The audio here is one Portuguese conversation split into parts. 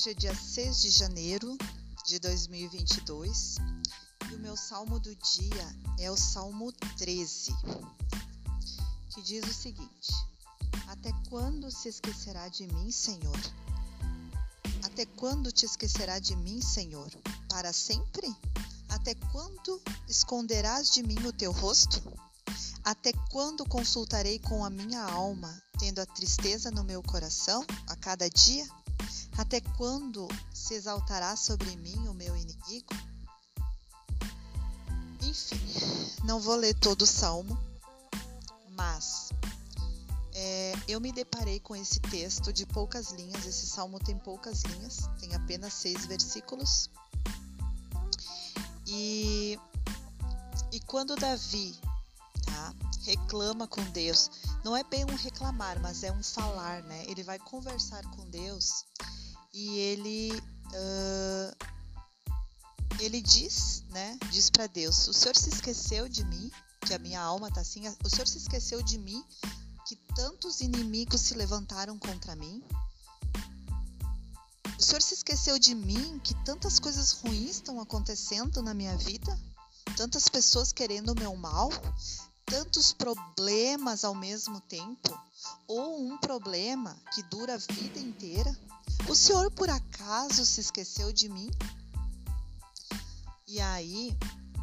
Hoje é dia 6 de janeiro de 2022 e o meu salmo do dia é o Salmo 13, que diz o seguinte: Até quando se esquecerá de mim, Senhor? Até quando te esquecerá de mim, Senhor? Para sempre? Até quando esconderás de mim o teu rosto? Até quando consultarei com a minha alma, tendo a tristeza no meu coração a cada dia? Até quando se exaltará sobre mim o meu inimigo? Enfim, não vou ler todo o salmo, mas eu me deparei com esse texto de poucas linhas. Esse salmo tem poucas linhas, tem apenas 6 versículos. E quando Davi reclama com Deus, não é bem um reclamar, mas é um falar, né? Ele vai conversar com Deus e ele diz para Deus: o Senhor se esqueceu de mim, que a minha alma está assim, o Senhor se esqueceu de mim, que tantos inimigos se levantaram contra mim. O Senhor se esqueceu de mim, que tantas coisas ruins estão acontecendo na minha vida, tantas pessoas querendo o meu mal, tantos problemas ao mesmo tempo, ou um problema que dura a vida inteira. O Senhor por acaso se esqueceu de mim? E aí,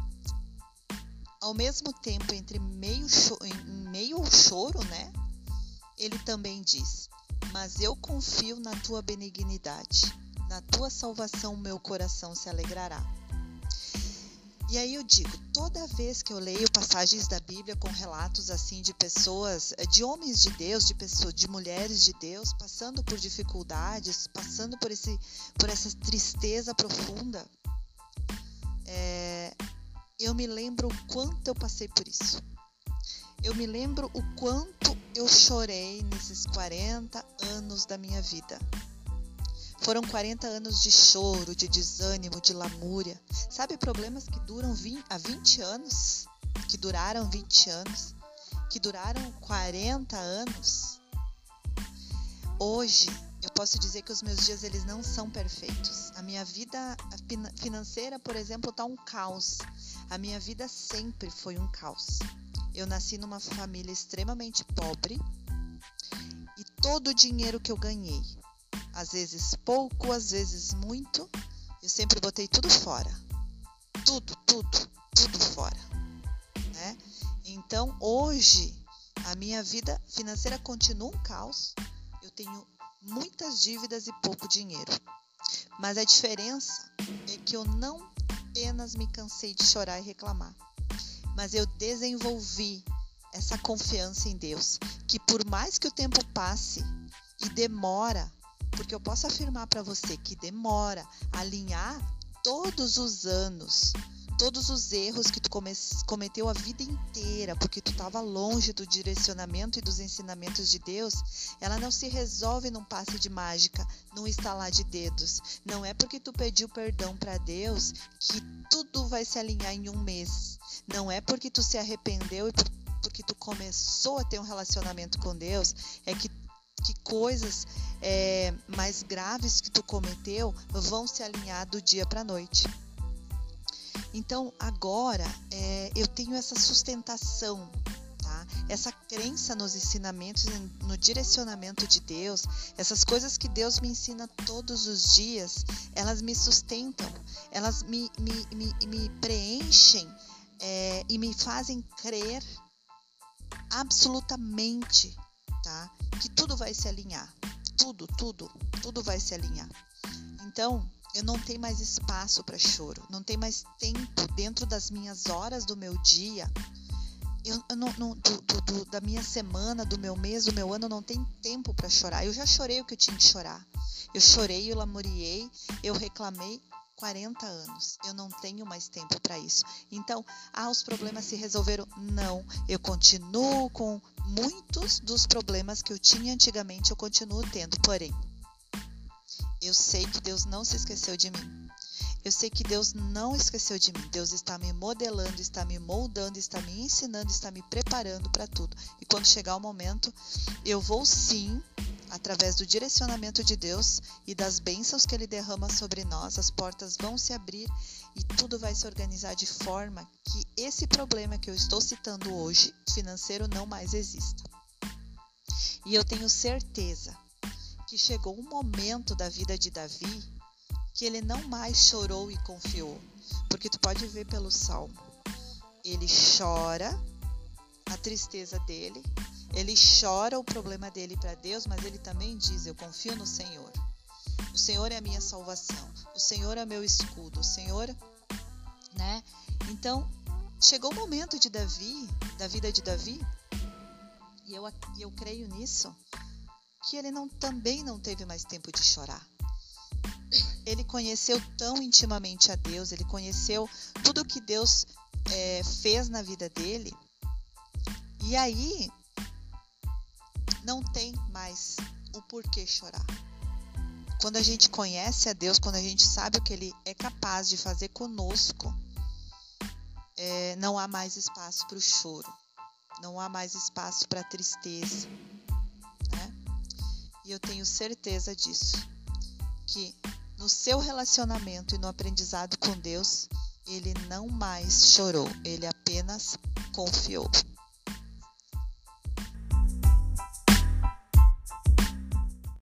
ao mesmo tempo, entre meio ao choro, né? Ele também diz: mas eu confio na tua benignidade, na tua salvação meu coração se alegrará. E aí eu digo, toda vez que eu leio passagens da Bíblia com relatos assim de pessoas, de homens de Deus, de mulheres de Deus, passando por dificuldades, passando por essa tristeza profunda, eu me lembro o quanto eu passei por isso. Eu me lembro o quanto eu chorei nesses 40 anos da minha vida. Foram 40 anos de choro, de desânimo, de lamúria. Sabe, problemas que duram há 20 anos, que duraram 20 anos, que duraram 40 anos. Hoje, eu posso dizer que os meus dias eles não são perfeitos. A minha vida financeira, por exemplo, está um caos. A minha vida sempre foi um caos. Eu nasci numa família extremamente pobre e todo o dinheiro que eu ganhei, às vezes pouco, às vezes muito, eu sempre botei tudo fora. Tudo fora, né? Então, hoje, a minha vida financeira continua um caos. Eu tenho muitas dívidas e pouco dinheiro. Mas a diferença é que eu não apenas me cansei de chorar e reclamar, mas eu desenvolvi essa confiança em Deus, que por mais que o tempo passe e demora, porque eu posso afirmar para você que demora a alinhar todos os anos, todos os erros que tu cometeu a vida inteira, porque tu estava longe do direcionamento e dos ensinamentos de Deus, ela não se resolve num passe de mágica, num estalar de dedos. Não é porque tu pediu perdão para Deus que tudo vai se alinhar em um mês. Não é porque tu se arrependeu e porque tu começou a ter um relacionamento com Deus, é que coisas mais graves que tu cometeu vão se alinhar do dia para a noite. Então, agora, eu tenho essa sustentação, tá? Essa crença nos ensinamentos, no direcionamento de Deus, essas coisas que Deus me ensina todos os dias, elas me sustentam, elas me preenchem e me fazem crer absolutamente, tá? Que tudo vai se alinhar, tudo vai se alinhar. Então, eu não tenho mais espaço para choro, não tenho mais tempo dentro das minhas horas do meu dia, da minha semana, do meu mês, do meu ano, eu não tenho tempo para chorar. Eu já chorei o que eu tinha que chorar. Eu chorei, eu lamuriei, eu reclamei 40 anos. Eu não tenho mais tempo para isso. Então, os problemas se resolveram? Não. Eu continuo com muitos dos problemas que eu tinha antigamente, eu continuo tendo, porém, eu sei que Deus não se esqueceu de mim. Eu sei que Deus não esqueceu de mim. Deus está me modelando, está me moldando, está me ensinando, está me preparando para tudo. E quando chegar o momento, eu vou sim através do direcionamento de Deus e das bênçãos que Ele derrama sobre nós, as portas vão se abrir e tudo vai se organizar de forma que esse problema que eu estou citando hoje, financeiro, não mais exista. E eu tenho certeza que chegou um momento da vida de Davi que ele não mais chorou e confiou. Porque tu pode ver pelo Salmo. Ele chora a tristeza dele, ele chora o problema dele para Deus, mas ele também diz, eu confio no Senhor. O Senhor é a minha salvação, o Senhor é meu escudo, o Senhor, né? Então, chegou o momento de Davi, da vida de Davi, e eu creio nisso, que ele também não teve mais tempo de chorar. Ele conheceu tão intimamente a Deus, ele conheceu tudo que Deus fez na vida dele, e aí não tem mais o porquê chorar. Quando a gente conhece a Deus, quando a gente sabe o que Ele é capaz de fazer conosco, não há mais espaço para o choro, não há mais espaço para a tristeza, né? E eu tenho certeza disso, que no seu relacionamento e no aprendizado com Deus, ele não mais chorou, ele apenas confiou.